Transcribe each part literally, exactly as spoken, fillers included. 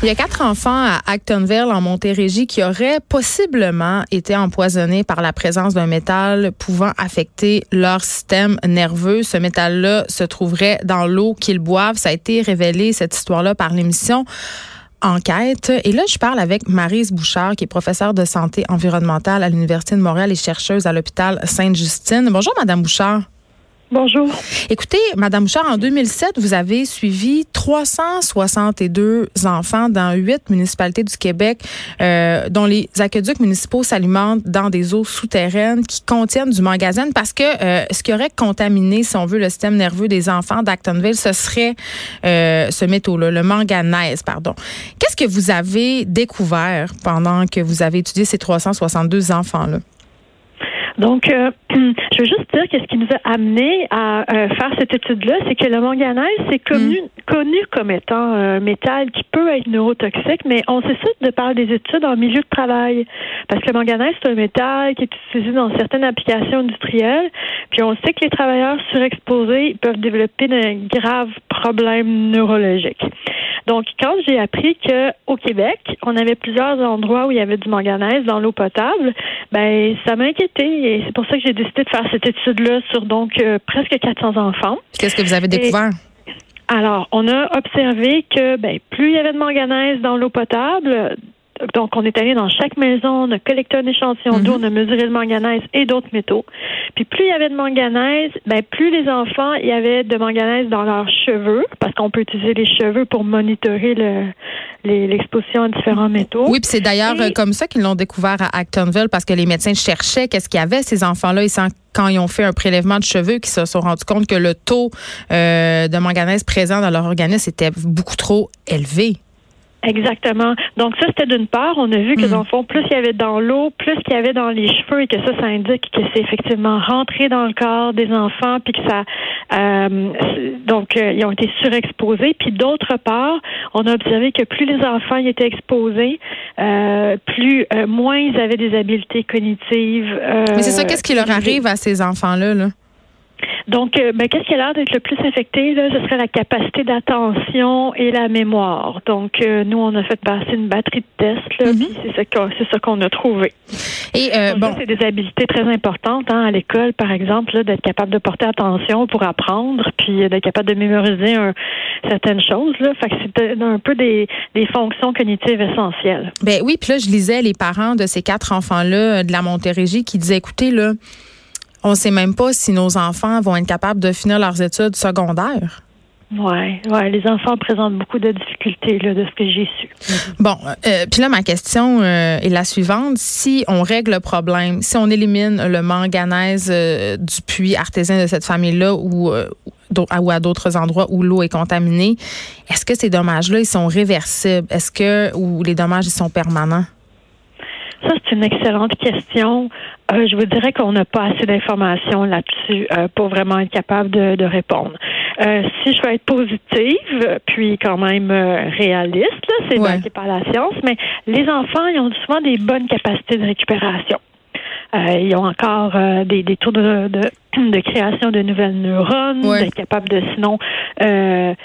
Il y a quatre enfants à Actonville, en Montérégie, qui auraient possiblement été empoisonnés par la présence d'un métal pouvant affecter leur système nerveux. Ce métal-là se trouverait dans l'eau qu'ils boivent. Ça a été révélé, cette histoire-là, par l'émission Enquête. Et là, je parle avec Maryse Bouchard, qui est professeure de santé environnementale à l'Université de Montréal et chercheuse à l'hôpital Sainte-Justine. Bonjour, Madame Bouchard. Bonjour. Écoutez, Madame Bouchard, en deux mille sept, vous avez suivi trois cent soixante-deux enfants dans huit municipalités du Québec, euh, dont les aqueducs municipaux s'alimentent dans des eaux souterraines qui contiennent du manganèse, parce que euh, ce qui aurait contaminé, si on veut, le système nerveux des enfants d'Actonville, ce serait euh, ce métaux-là, le manganèse, pardon. Qu'est-ce que vous avez découvert pendant que vous avez étudié ces trois cent soixante-deux enfants-là? Donc, euh, je veux juste dire que ce qui nous a amené à euh, faire cette étude-là, c'est que le manganèse, c'est connu, mm. connu comme étant un métal qui peut être neurotoxique, mais on sait ça de par des études en milieu de travail. Parce que le manganèse, c'est un métal qui est utilisé dans certaines applications industrielles, puis on sait que les travailleurs surexposés ils peuvent développer de graves problèmes neurologiques. Donc, quand j'ai appris que au Québec, on avait plusieurs endroits où il y avait du manganèse dans l'eau potable, ben ça m'a inquiété. Et c'est pour ça que j'ai décidé de faire cette étude-là sur donc euh, presque quatre cents enfants. Qu'est-ce que vous avez découvert? Et, alors, on a observé que ben, plus il y avait de manganèse dans l'eau potable, donc on est allé dans chaque maison, on a collecté un échantillon mm-hmm. d'eau, on a mesuré le manganèse et d'autres métaux. Puis plus il y avait de manganèse, ben plus les enfants, il y avait de manganèse dans leurs cheveux, parce qu'on peut utiliser les cheveux pour monitorer le, les, l'exposition à différents métaux. Oui, puis c'est d'ailleurs et, comme ça qu'ils l'ont découvert à Actonville, parce que les médecins cherchaient qu'est-ce qu'il y avait ces enfants-là. Ils sont, quand ils ont fait un prélèvement de cheveux, qu'ils se sont rendus compte que le taux euh, de manganèse présent dans leur organisme était beaucoup trop élevé. Exactement. Donc ça, c'était d'une part, on a vu que mmh. dans le fond, plus il y avait dans l'eau, plus qu'il y avait dans les cheveux et que ça, ça indique que c'est effectivement rentré dans le corps des enfants puis que ça, euh, donc euh, ils ont été surexposés. Puis d'autre part, on a observé que plus les enfants y étaient exposés, euh, plus euh, moins ils avaient des habiletés cognitives. Euh, Mais c'est ça, qu'est-ce qui leur arrive à ces enfants-là, là? Donc, euh, ben, qu'est-ce qui a l'air d'être le plus affecté, là? Ce serait la capacité d'attention et la mémoire. Donc, euh, nous, on a fait passer une batterie de tests, là, mm-hmm. puis c'est ça qu'on, c'est ça qu'on a trouvé. Et, euh, Donc, bon. ça, c'est des habiletés très importantes, hein, à l'école, par exemple, là, d'être capable de porter attention pour apprendre, puis d'être capable de mémoriser un, certaines choses, là. Fait que c'est un peu des, des fonctions cognitives essentielles. Ben oui, puis là, je lisais les parents de ces quatre enfants-là de la Montérégie qui disaient, écoutez, là, on ne sait même pas si nos enfants vont être capables de finir leurs études secondaires. Oui, ouais, les enfants présentent beaucoup de difficultés là, de ce que j'ai su. Bon, euh, puis là, ma question euh, est la suivante. Si on règle le problème, si on élimine le manganèse euh, du puits artésian de cette famille-là ou, euh, ou à d'autres endroits où l'eau est contaminée, est-ce que ces dommages-là, ils sont réversibles? Est-ce que ou les dommages, ils sont permanents? Ça, c'est une excellente question. Euh, je vous dirais qu'on n'a pas assez d'informations là-dessus euh, pour vraiment être capable de, de répondre. Euh, si je veux être positive, puis quand même euh, réaliste, là, c'est ouais. pas la science, mais les enfants, ils ont souvent des bonnes capacités de récupération. Euh, ils ont encore euh, des, des taux de, de, de création de nouvelles neurones, ouais. d'être capable de sinon... Euh,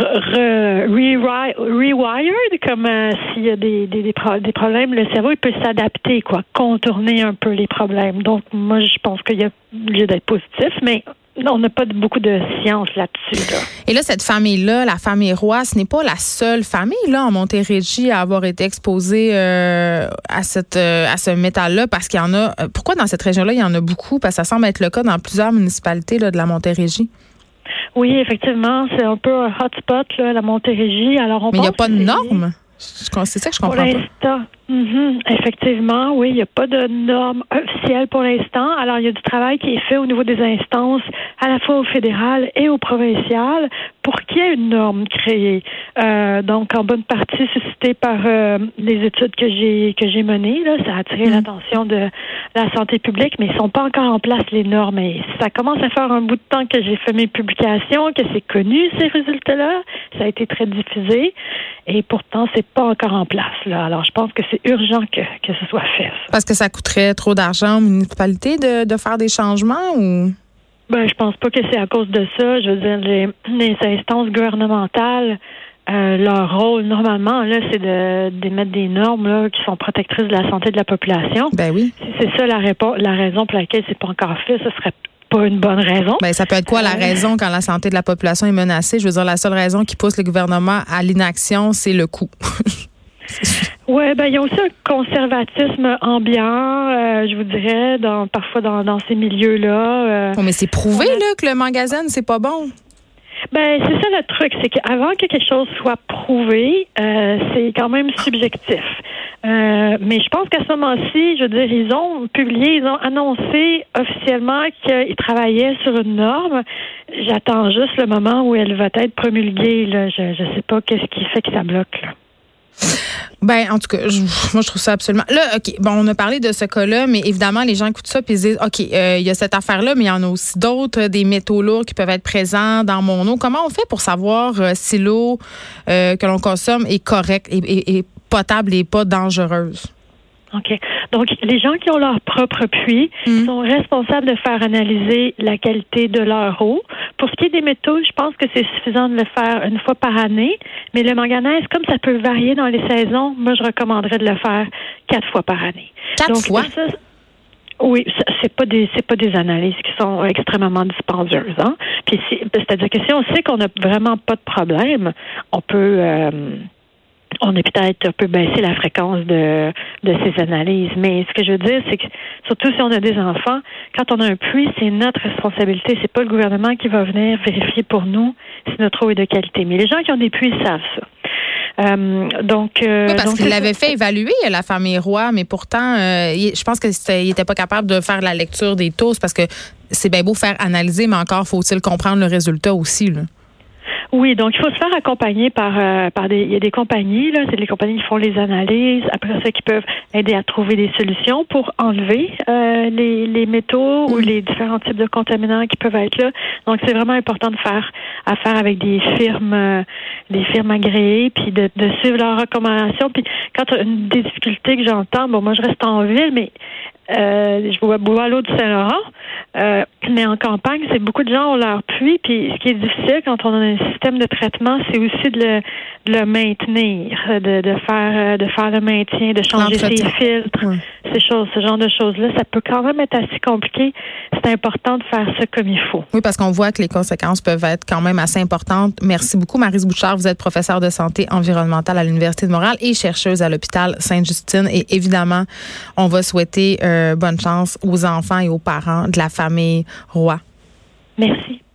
Re, re, rewired, comme euh, s'il y a des, des, des, pro- des problèmes, le cerveau il peut s'adapter, quoi, contourner un peu les problèmes. Donc, moi, je pense qu'il y a lieu d'être positif, mais on n'a pas beaucoup de science là-dessus. Là. Et là, cette famille-là, la famille Roy, ce n'est pas la seule famille là en Montérégie à avoir été exposée euh, à cette euh, à ce métal-là, parce qu'il y en a. Pourquoi dans cette région-là, il y en a beaucoup? Parce que ça semble être le cas dans plusieurs municipalités là, de la Montérégie. Oui, effectivement, c'est un peu un hotspot, là, la Montérégie. Alors, on Mais il n'y a pas de c'est... normes? C'est ça que je comprends pour l'instant, pas. Mm-hmm, effectivement, oui, il n'y a pas de normes officielles pour l'instant. Alors, il y a du travail qui est fait au niveau des instances, à la fois au fédéral et au provincial, pour qu'il y ait une norme créée. Euh, donc, en bonne partie suscitée par euh, les études que j'ai que j'ai menées, là, ça a attiré mmh. l'attention de la santé publique, mais ils ne sont pas encore en place, les normes. Et ça commence à faire un bout de temps que j'ai fait mes publications, que c'est connu, ces résultats-là. Ça a été très diffusé. Et pourtant, c'est pas encore en place, là. Alors, je pense que c'est urgent que, que ce soit fait. Ça. Parce que ça coûterait trop d'argent aux municipalités de, de faire des changements ou? Ben, je pense pas que c'est à cause de ça. Je veux dire, les, les instances gouvernementales Euh, leur rôle, normalement, là, c'est de d'émettre des normes là, qui sont protectrices de la santé de la population. Ben oui. Si c'est ça la, répo- la raison pour laquelle c'est pas encore fait, ce serait pas une bonne raison. Ben, ça peut être quoi la euh, raison quand la santé de la population est menacée? Je veux dire, la seule raison qui pousse le gouvernement à l'inaction, c'est le coût. Oui, ben il y a aussi un conservatisme ambiant, euh, je vous dirais, dans, parfois dans, dans ces milieux-là. Euh, oh, mais c'est prouvé a... là que le magazine, c'est pas bon. Ben c'est ça le truc, c'est qu'avant que quelque chose soit prouvé, euh, c'est quand même subjectif. Euh, mais je pense qu'à ce moment-ci, je veux dire, ils ont publié, ils ont annoncé officiellement qu'ils travaillaient sur une norme. J'attends juste le moment où elle va être promulguée. Là. Je ne sais pas qu'est-ce qui fait que ça bloque. Là. Ben, en tout cas, je, moi, je trouve ça absolument. Là, OK, bon, on a parlé de ce cas-là, mais évidemment, les gens écoutent ça puis ils disent, OK, euh, il y a cette affaire-là, mais il y en a aussi d'autres, des métaux lourds qui peuvent être présents dans mon eau. Comment on fait pour savoir euh, si l'eau euh, que l'on consomme est correcte et, et, et potable et pas dangereuse? OK. Donc, les gens qui ont leur propre puits mmh. sont responsables de faire analyser la qualité de leur eau. Pour ce qui est des métaux, je pense que c'est suffisant de le faire une fois par année. Mais le manganèse, comme ça peut varier dans les saisons, moi, je recommanderais de le faire quatre fois par année. Quatre Donc, fois? Ça, oui, c'est pas des c'est pas des analyses qui sont extrêmement dispendieuses, hein. Puis, si, c'est-à-dire que si on sait qu'on n'a vraiment pas de problème, on peut euh, on est peut-être un peu baissé la fréquence de, de ces analyses. Mais ce que je veux dire, c'est que surtout si on a des enfants, quand on a un puits, c'est notre responsabilité. C'est pas le gouvernement qui va venir vérifier pour nous si notre eau est de qualité. Mais les gens qui ont des puits savent ça. Euh, donc, euh, oui, parce donc, qu'il l'avait fait évaluer, la famille Roy, mais pourtant, euh, il, je pense qu'il n'était pas capable de faire la lecture des taux parce que c'est bien beau faire analyser, mais encore faut-il comprendre le résultat aussi, là. Oui, donc il faut se faire accompagner par euh, par des il y a des compagnies là, c'est les compagnies qui font les analyses, après ça qui peuvent aider à trouver des solutions pour enlever euh, les les métaux mmh. ou les différents types de contaminants qui peuvent être là. Donc c'est vraiment important de faire affaire avec des firmes euh, des firmes agréées puis de, de suivre leurs recommandations. Puis quand une des difficultés que j'entends, bon moi je reste en ville mais Euh, je bois, bois l'eau du Saint-Laurent, euh, mais en campagne, c'est beaucoup de gens ont leur puits, puis ce qui est difficile quand on a un système de traitement, c'est aussi de le, de le maintenir, de, de faire de faire le maintien, de changer ses filtres, oui. ces choses, ce genre de choses-là, ça peut quand même être assez compliqué. C'est important de faire ça comme il faut. Oui, parce qu'on voit que les conséquences peuvent être quand même assez importantes. Merci beaucoup, Maryse Bouchard. Vous êtes professeure de santé environnementale à l'Université de Montréal et chercheuse à l'hôpital Sainte-Justine. Et évidemment, on va souhaiter euh, bonne chance aux enfants et aux parents de la famille Roy. Merci.